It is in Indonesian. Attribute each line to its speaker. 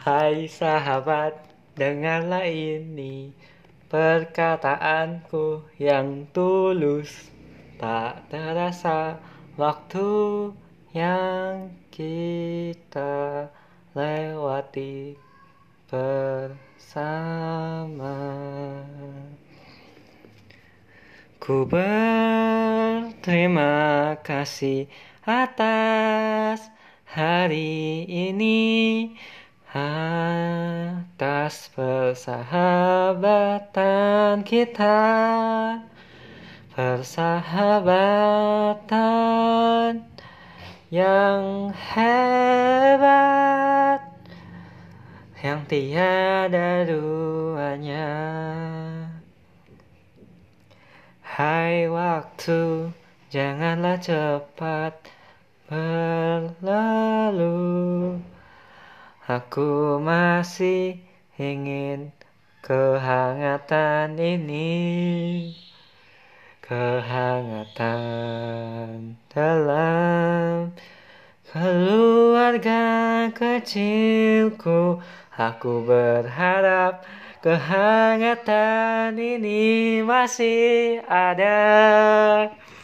Speaker 1: Hai sahabat, dengarlah ini perkataanku yang tulus. Tak terasa waktu yang kita lewati bersama. Ku berterima kasih atas hari ini, atas persahabatan kita, persahabatan yang hebat, yang tiada duanya. Hai waktu, janganlah cepat berlalu. Aku masih ingin kehangatan ini, kehangatan dalam keluarga kecilku. Aku berharap kehangatan ini masih ada.